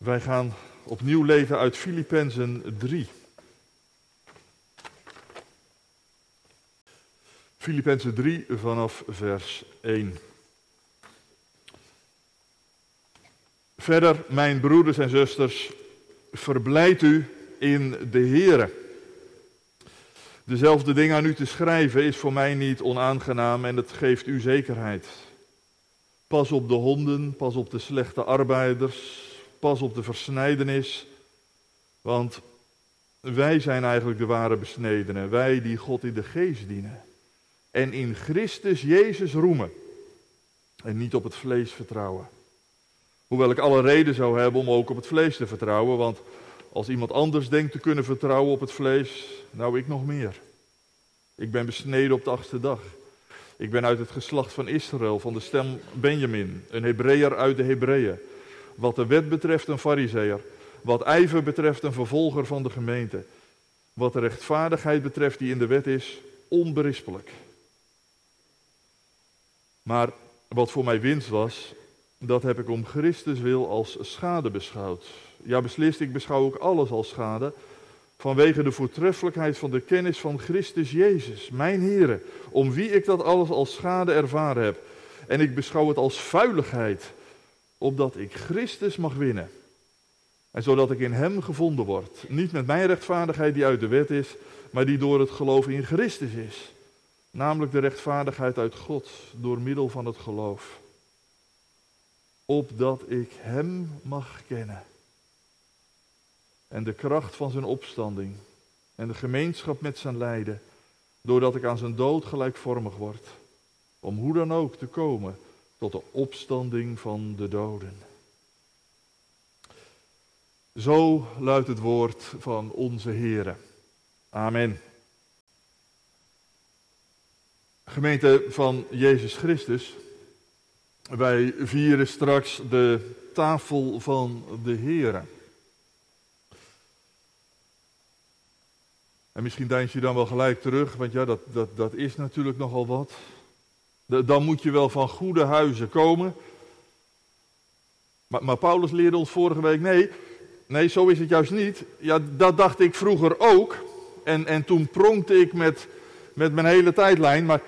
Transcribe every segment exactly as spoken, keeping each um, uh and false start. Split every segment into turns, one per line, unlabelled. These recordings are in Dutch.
Wij gaan opnieuw lezen uit Filippenzen drie. Filippenzen drie vanaf vers één. Verder, mijn broeders en zusters, verblijd u in de Here. Dezelfde dingen aan u te schrijven is voor mij niet onaangenaam en het geeft u zekerheid. Pas op de honden, pas op de slechte arbeiders, pas op de versnijdenis, want wij zijn eigenlijk de ware besnedenen, wij die God in de geest dienen en in Christus Jezus roemen en niet op het vlees vertrouwen. Hoewel ik alle reden zou hebben om ook op het vlees te vertrouwen, want als iemand anders denkt te kunnen vertrouwen op het vlees, nou ik nog meer. Ik ben besneden op de achtste dag. Ik ben uit het geslacht van Israël, van de stem Benjamin, een Hebreeër uit de Hebreeën. Wat de wet betreft een Farizeeër, wat ijver betreft een vervolger van de gemeente. Wat de rechtvaardigheid betreft die in de wet is, onberispelijk. Maar wat voor mij winst was, dat heb ik om Christus wil als schade beschouwd. Ja, beslist, ik beschouw ook alles als schade, vanwege de voortreffelijkheid van de kennis van Christus Jezus, mijn Heere, om wie ik dat alles als schade ervaren heb. En ik beschouw het als vuiligheid, opdat ik Christus mag winnen. En zodat ik in hem gevonden word. Niet met mijn rechtvaardigheid die uit de wet is, maar die door het geloof in Christus is. Namelijk de rechtvaardigheid uit God, door middel van het geloof. Opdat ik hem mag kennen. En de kracht van zijn opstanding. En de gemeenschap met zijn lijden. Doordat ik aan zijn dood gelijkvormig word. Om hoe dan ook te komen tot de opstanding van de doden. Zo luidt het woord van onze Heere. Amen. Gemeente van Jezus Christus. Wij vieren straks de tafel van de Heere. En misschien deins je dan wel gelijk terug, want ja, dat, dat, dat is natuurlijk nogal wat. De, dan moet je wel van goede huizen komen. Maar, maar Paulus leerde ons vorige week, nee, nee, zo is het juist niet. Ja, dat dacht ik vroeger ook. En, en toen pronkte ik met, met mijn hele tijdlijn, maar...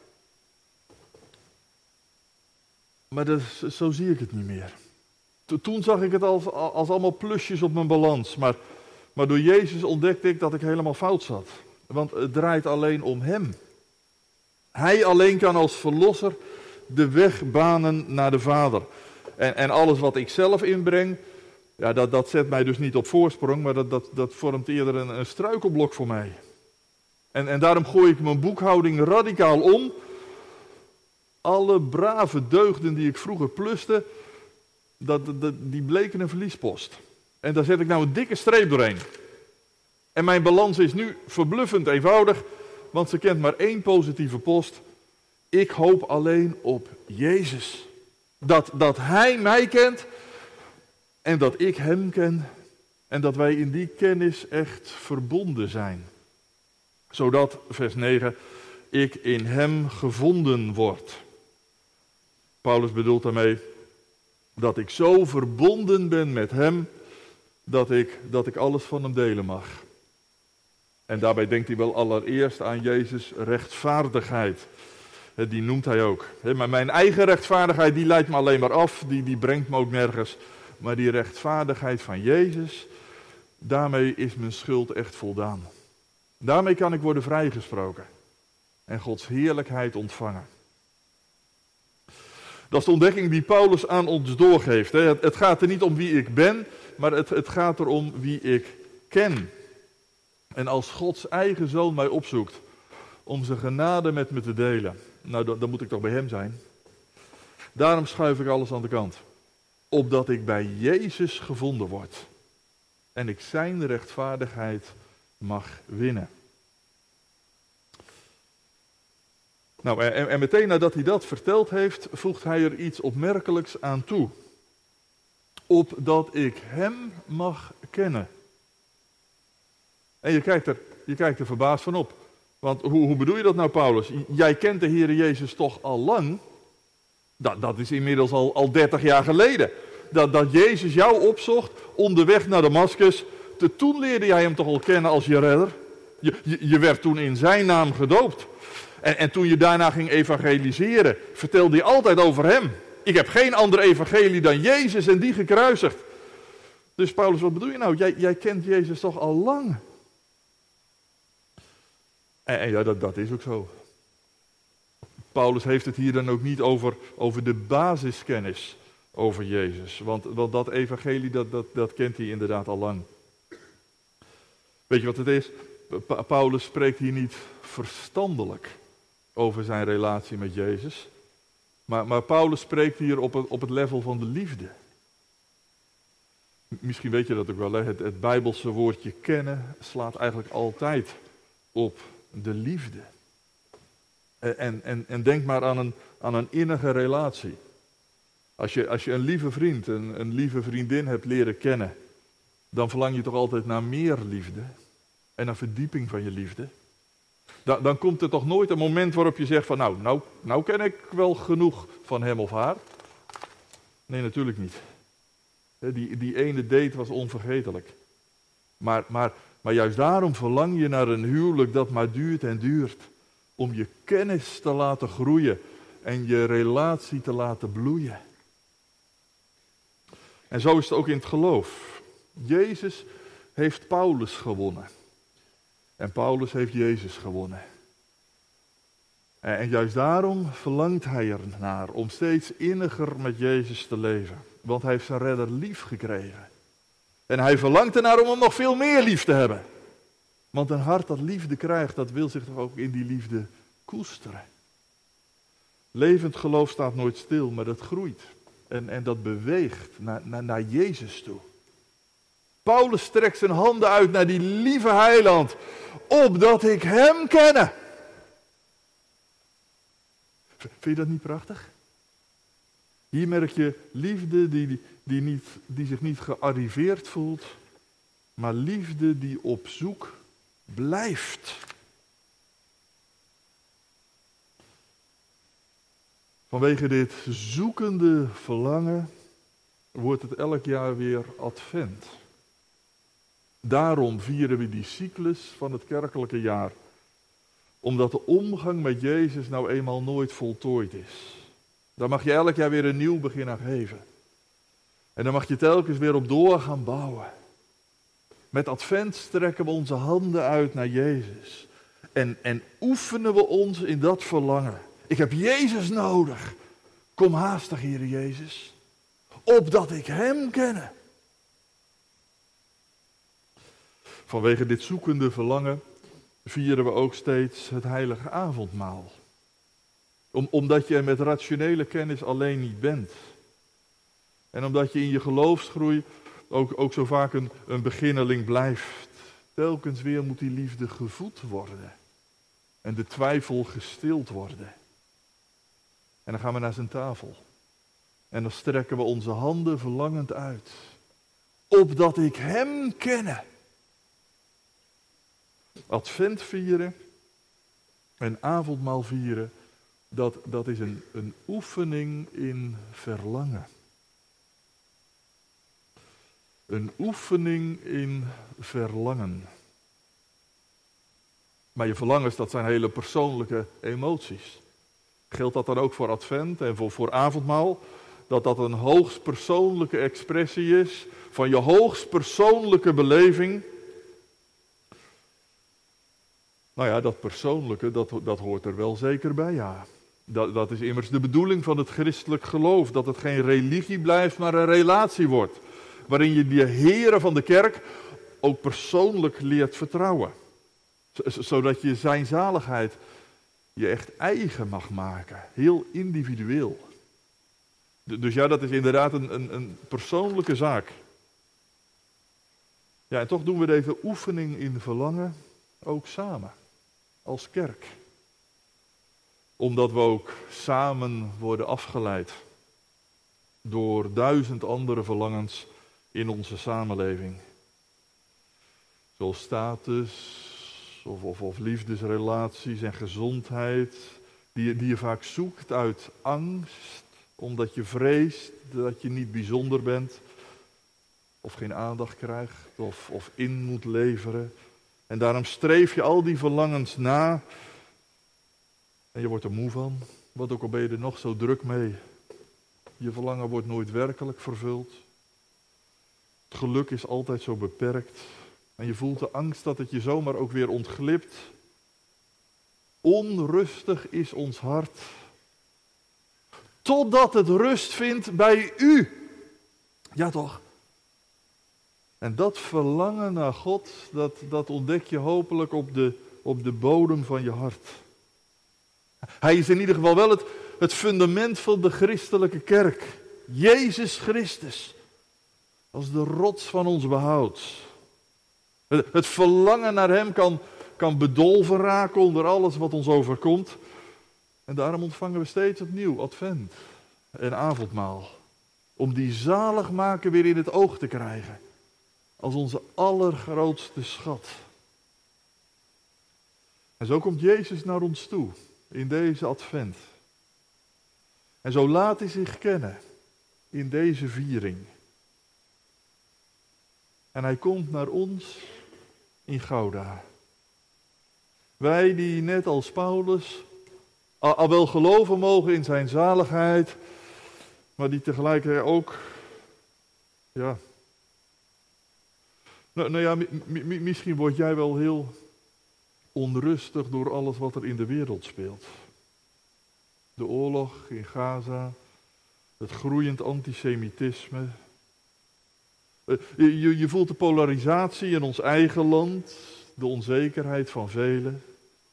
Maar dat, zo zie ik het niet meer. Toen zag ik het als, als allemaal plusjes op mijn balans. Maar, maar door Jezus ontdekte ik dat ik helemaal fout zat. Want het draait alleen om hem. Hij alleen kan als verlosser de weg banen naar de Vader. En, en alles wat ik zelf inbreng, ja, dat, dat zet mij dus niet op voorsprong. Maar dat, dat, dat vormt eerder een, een struikelblok voor mij. En, en daarom gooi ik mijn boekhouding radicaal om. Alle brave deugden die ik vroeger pluste, dat, dat, die bleken een verliespost. En daar zet ik nou een dikke streep doorheen. En mijn balans is nu verbluffend eenvoudig, want ze kent maar één positieve post. Ik hoop alleen op Jezus. Dat, dat Hij mij kent en dat ik Hem ken en dat wij in die kennis echt verbonden zijn. Zodat, vers negen, ik in Hem gevonden word. Paulus bedoelt daarmee dat ik zo verbonden ben met hem, dat ik, dat ik alles van hem delen mag. En daarbij denkt hij wel allereerst aan Jezus' rechtvaardigheid. Die noemt hij ook. Maar mijn eigen rechtvaardigheid die leidt me alleen maar af, die, die brengt me ook nergens. Maar die rechtvaardigheid van Jezus, daarmee is mijn schuld echt voldaan. Daarmee kan ik worden vrijgesproken en Gods heerlijkheid ontvangen. Dat is de ontdekking die Paulus aan ons doorgeeft. Het, het gaat er niet om wie ik ben, maar het, het gaat erom wie ik ken. En als Gods eigen Zoon mij opzoekt om zijn genade met me te delen, nou dan, dan moet ik toch bij hem zijn. Daarom schuif ik alles aan de kant. Opdat ik bij Jezus gevonden word. En ik zijn rechtvaardigheid mag winnen. Nou, en, en meteen nadat hij dat verteld heeft, voegt hij er iets opmerkelijks aan toe. Opdat ik hem mag kennen. En je kijkt er, je kijkt er verbaasd van op. Want hoe, hoe bedoel je dat nou, Paulus? Jij kent de Heere Jezus toch al lang? Dat, dat is inmiddels al, al dertig jaar geleden. dat, dat Jezus jou opzocht onderweg naar Damascus. Te, toen leerde jij hem toch al kennen als je redder. Je, je, je werd toen in zijn naam gedoopt. En, en toen je daarna ging evangeliseren, vertelde je altijd over hem. Ik heb geen ander evangelie dan Jezus en die gekruisigd. Dus Paulus, wat bedoel je nou? Jij, jij kent Jezus toch al lang? En, en ja, dat, dat is ook zo. Paulus heeft het hier dan ook niet over, over de basiskennis over Jezus. Want, want dat evangelie, dat, dat, dat kent hij inderdaad al lang. Weet je wat het is? Pa- Paulus spreekt hier niet verstandelijk over zijn relatie met Jezus. Maar, maar Paulus spreekt hier op het, op het level van de liefde. Misschien weet je dat ook wel, hè? Het, het Bijbelse woordje kennen slaat eigenlijk altijd op de liefde. En, en, en denk maar aan een, aan een innige relatie. Als je, als je een lieve vriend, een, een lieve vriendin hebt leren kennen, dan verlang je toch altijd naar meer liefde en naar verdieping van je liefde. Dan, dan komt er toch nooit een moment waarop je zegt van nou, nou, nou ken ik wel genoeg van hem of haar. Nee, natuurlijk niet. Die, die ene date was onvergetelijk. Maar, maar, maar juist daarom verlang je naar een huwelijk dat maar duurt en duurt. Om je kennis te laten groeien en je relatie te laten bloeien. En zo is het ook in het geloof. Jezus heeft Paulus gewonnen. En Paulus heeft Jezus gewonnen. En, en juist daarom verlangt hij ernaar om steeds inniger met Jezus te leven. Want hij heeft zijn redder lief gekregen. En hij verlangt ernaar om hem nog veel meer lief te hebben. Want een hart dat liefde krijgt, dat wil zich toch ook in die liefde koesteren. Levend geloof staat nooit stil, maar dat groeit. En, en dat beweegt naar, naar, naar Jezus toe. Paulus strekt zijn handen uit naar die lieve heiland, opdat ik hem kenne. Vind je dat niet prachtig? Hier merk je liefde die, die, die, niet, die zich niet gearriveerd voelt, maar liefde die op zoek blijft. Vanwege dit zoekende verlangen wordt het elk jaar weer advent. Daarom vieren we die cyclus van het kerkelijke jaar. Omdat de omgang met Jezus nou eenmaal nooit voltooid is. Daar mag je elk jaar weer een nieuw begin aan geven. En daar mag je telkens weer op door gaan bouwen. Met advent strekken we onze handen uit naar Jezus. En, en oefenen we ons in dat verlangen. Ik heb Jezus nodig. Kom haastig, Heere Jezus. Opdat ik hem kenne. Vanwege dit zoekende verlangen vieren we ook steeds het heilige avondmaal. Om, omdat je er met rationele kennis alleen niet bent. En omdat je in je geloofsgroei ook, ook zo vaak een, een beginneling blijft. Telkens weer moet die liefde gevoed worden. En de twijfel gestild worden. En dan gaan we naar zijn tafel. En dan strekken we onze handen verlangend uit. Opdat ik hem kenne. Advent vieren en avondmaal vieren, dat, dat is een, een oefening in verlangen. Een oefening in verlangen. Maar je verlangens, dat zijn hele persoonlijke emoties. Geldt dat dan ook voor Advent en voor, voor avondmaal? Dat dat een hoogst persoonlijke expressie is van je hoogst persoonlijke beleving. Nou ja, dat persoonlijke, dat, dat hoort er wel zeker bij, ja. Dat, dat is immers de bedoeling van het christelijk geloof. Dat het geen religie blijft, maar een relatie wordt. Waarin je de heren van de kerk ook persoonlijk leert vertrouwen. Zodat je zijn zaligheid je echt eigen mag maken. Heel individueel. Dus ja, dat is inderdaad een, een, een persoonlijke zaak. Ja, en toch doen we deze oefening in verlangen ook samen. Als kerk. Omdat we ook samen worden afgeleid. Door duizend andere verlangens in onze samenleving. Zoals status, of, of, of liefdesrelaties en gezondheid. Die, die je vaak zoekt uit angst omdat je vreest dat je niet bijzonder bent, of geen aandacht krijgt, of, of in moet leveren. En daarom streef je al die verlangens na en je wordt er moe van, wat ook al ben je er nog zo druk mee. Je verlangen wordt nooit werkelijk vervuld. Het geluk is altijd zo beperkt. En je voelt de angst dat het je zomaar ook weer ontglipt. Onrustig is ons hart. Totdat het rust vindt bij u. Ja toch? En dat verlangen naar God, dat, dat ontdek je hopelijk op de, op de bodem van je hart. Hij is in ieder geval wel het, het fundament van de christelijke kerk. Jezus Christus. Als de rots van ons behoud. Het, het verlangen naar hem kan, kan bedolven raken onder alles wat ons overkomt. En daarom ontvangen we steeds opnieuw advent en avondmaal. Om die zaligmaker weer in het oog te krijgen. Als onze allergrootste schat. En zo komt Jezus naar ons toe. In deze advent. En zo laat hij zich kennen. In deze viering. En hij komt naar ons in Gouda. Wij die net als Paulus al, al wel geloven mogen in zijn zaligheid, maar die tegelijkertijd ook, ja, nou, nou ja, mi, mi, misschien word jij wel heel onrustig door alles wat er in de wereld speelt. De oorlog in Gaza, het groeiend antisemitisme. Je, je voelt de polarisatie in ons eigen land, de onzekerheid van velen.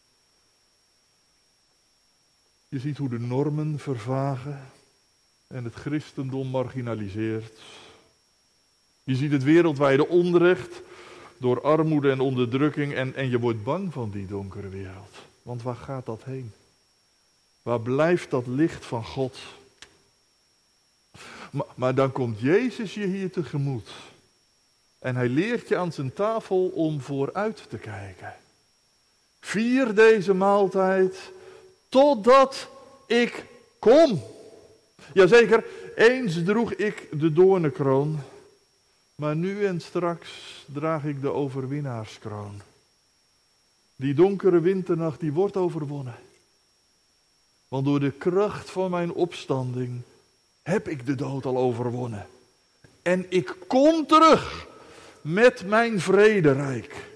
Je ziet hoe de normen vervagen en het christendom marginaliseert. Je ziet het wereldwijde onrecht door armoede en onderdrukking en, en je wordt bang van die donkere wereld. Want waar gaat dat heen? Waar blijft dat licht van God? Maar, maar dan komt Jezus je hier tegemoet. En hij leert je aan zijn tafel om vooruit te kijken. Vier deze maaltijd totdat ik kom. Jazeker, eens droeg ik de doornenkroon. Maar nu en straks draag ik de overwinnaarskroon. Die donkere winternacht die wordt overwonnen. Want door de kracht van mijn opstanding heb ik de dood al overwonnen. En ik kom terug met mijn vrederijk.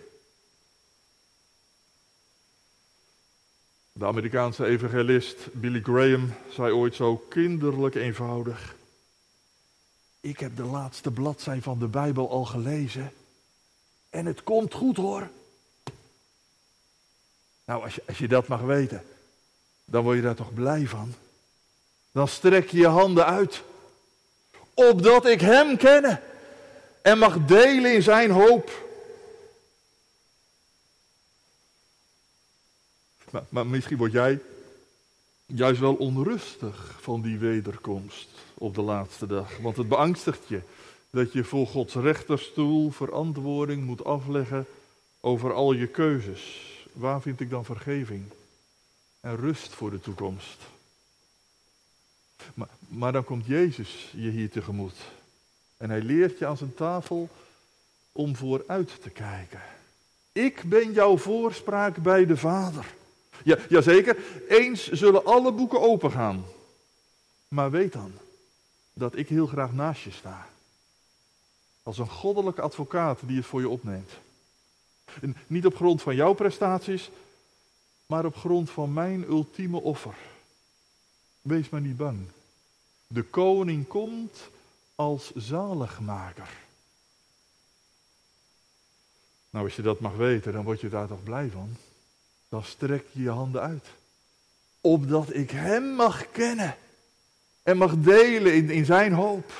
De Amerikaanse evangelist Billy Graham zei ooit zo kinderlijk eenvoudig: ik heb de laatste bladzij van de Bijbel al gelezen. En het komt goed hoor. Nou, als je, als je dat mag weten, dan word je daar toch blij van. Dan strek je je handen uit. Opdat ik hem kenne. En mag delen in zijn hoop. Maar, maar misschien word jij juist wel onrustig van die wederkomst op de laatste dag. Want het beangstigt je dat je voor Gods rechterstoel verantwoording moet afleggen over al je keuzes. Waar vind ik dan vergeving en rust voor de toekomst? Maar, maar dan komt Jezus je hier tegemoet. En hij leert je aan zijn tafel om vooruit te kijken. Ik ben jouw voorspraak bij de Vader. Ja, jazeker, eens zullen alle boeken opengaan. Maar weet dan dat ik heel graag naast je sta. Als een goddelijke advocaat die het voor je opneemt. En niet op grond van jouw prestaties, maar op grond van mijn ultieme offer. Wees maar niet bang. De koning komt als zaligmaker. Nou, als je dat mag weten, dan word je daar toch blij van. Dan strek je je handen uit. Opdat ik hem mag kennen. En mag delen in, in zijn hoop.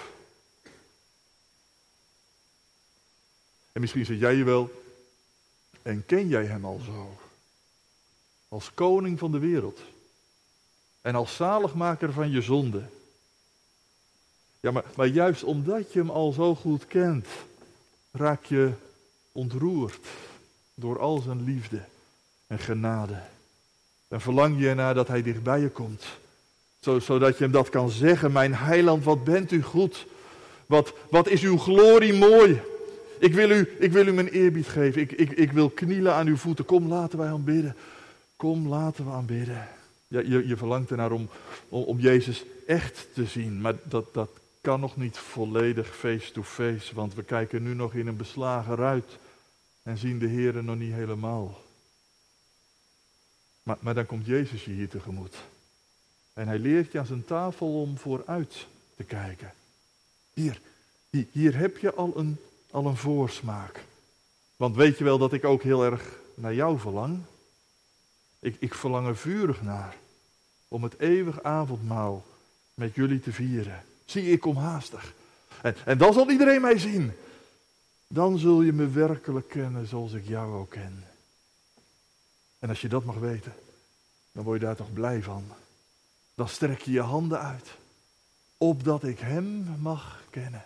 En misschien zit jij je wel. En ken jij hem al zo. Als koning van de wereld. En als zaligmaker van je zonde. Ja, maar, maar juist omdat je hem al zo goed kent. Raak je ontroerd. Door al zijn liefde en genade. En verlang je ernaar dat hij dichtbij je komt. Zodat je hem dat kan zeggen. Mijn heiland, wat bent u goed. Wat, wat is uw glorie mooi. Ik wil u, ik wil u mijn eerbied geven. Ik, ik, ik wil knielen aan uw voeten. Kom, laten wij aanbidden. Kom, laten we aanbidden. Ja, je, je verlangt ernaar om, om, om Jezus echt te zien. Maar dat, dat kan nog niet volledig face-to-face. Want we kijken nu nog in een beslagen ruit. En zien de Heere nog niet helemaal. Maar, maar dan komt Jezus je hier tegemoet. En hij leert je aan zijn tafel om vooruit te kijken. Hier, hier, hier heb je al een, al een voorsmaak. Want weet je wel dat ik ook heel erg naar jou verlang? Ik, ik verlang er vurig naar. Om het eeuwig avondmaal met jullie te vieren. Zie, ik kom haastig. En, en dan zal iedereen mij zien. Dan zul je me werkelijk kennen zoals ik jou ook ken. En als je dat mag weten, dan word je daar toch blij van. Dan strek je je handen uit, opdat ik hem mag kennen.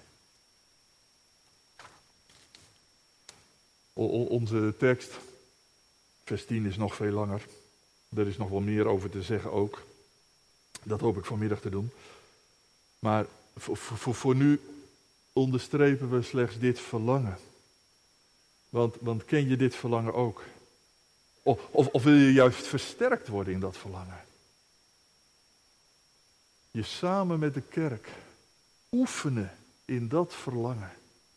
O, onze tekst, vers tien, is nog veel langer. Er is nog wel meer over te zeggen ook. Dat hoop ik vanmiddag te doen. Maar voor, voor, voor nu onderstrepen we slechts dit verlangen. Want, want ken je dit verlangen ook? Of, of, of wil je juist versterkt worden in dat verlangen? Je samen met de kerk oefenen in dat verlangen.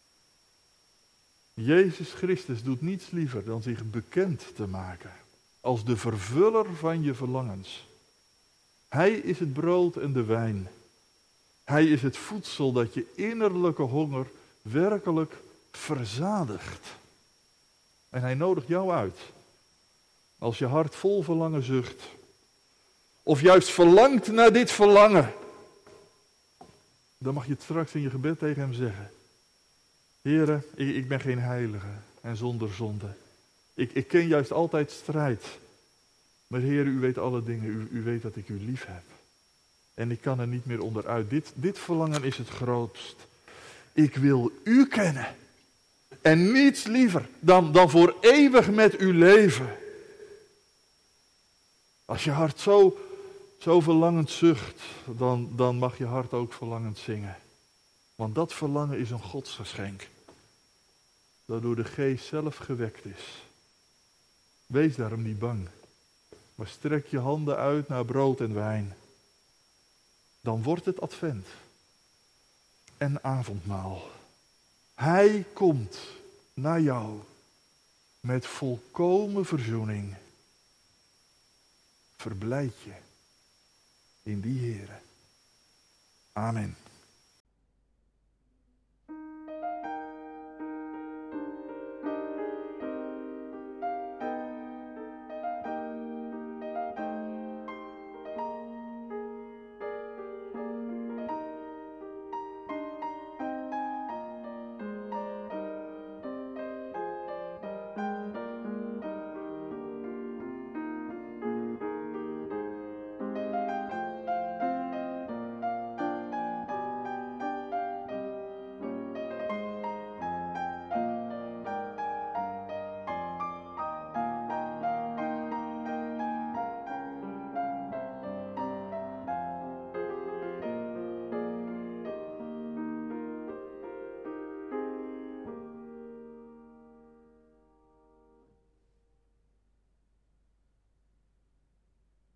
Jezus Christus doet niets liever dan zich bekend te maken als de vervuller van je verlangens. Hij is het brood en de wijn. Hij is het voedsel dat je innerlijke honger werkelijk verzadigt. En hij nodigt jou uit. Als je hart vol verlangen zucht. Of juist verlangt naar dit verlangen. Dan mag je het straks in je gebed tegen hem zeggen. Heere, ik, ik ben geen heilige en zonder zonde. Ik, ik ken juist altijd strijd. Maar Heere, u weet alle dingen. U, u weet dat ik u lief heb. En ik kan er niet meer onderuit. Dit, dit verlangen is het grootst. Ik wil u kennen. En niets liever dan, dan voor eeuwig met u leven. Als je hart zo, zo verlangend zucht, dan, dan mag je hart ook verlangend zingen. Want dat verlangen is een godsgeschenk. Dat door de geest zelf gewekt is. Wees daarom niet bang. Maar strek je handen uit naar brood en wijn. Dan wordt het advent. En avondmaal. Hij komt naar jou met volkomen verzoening. Verblijd je in die Heere. Amen.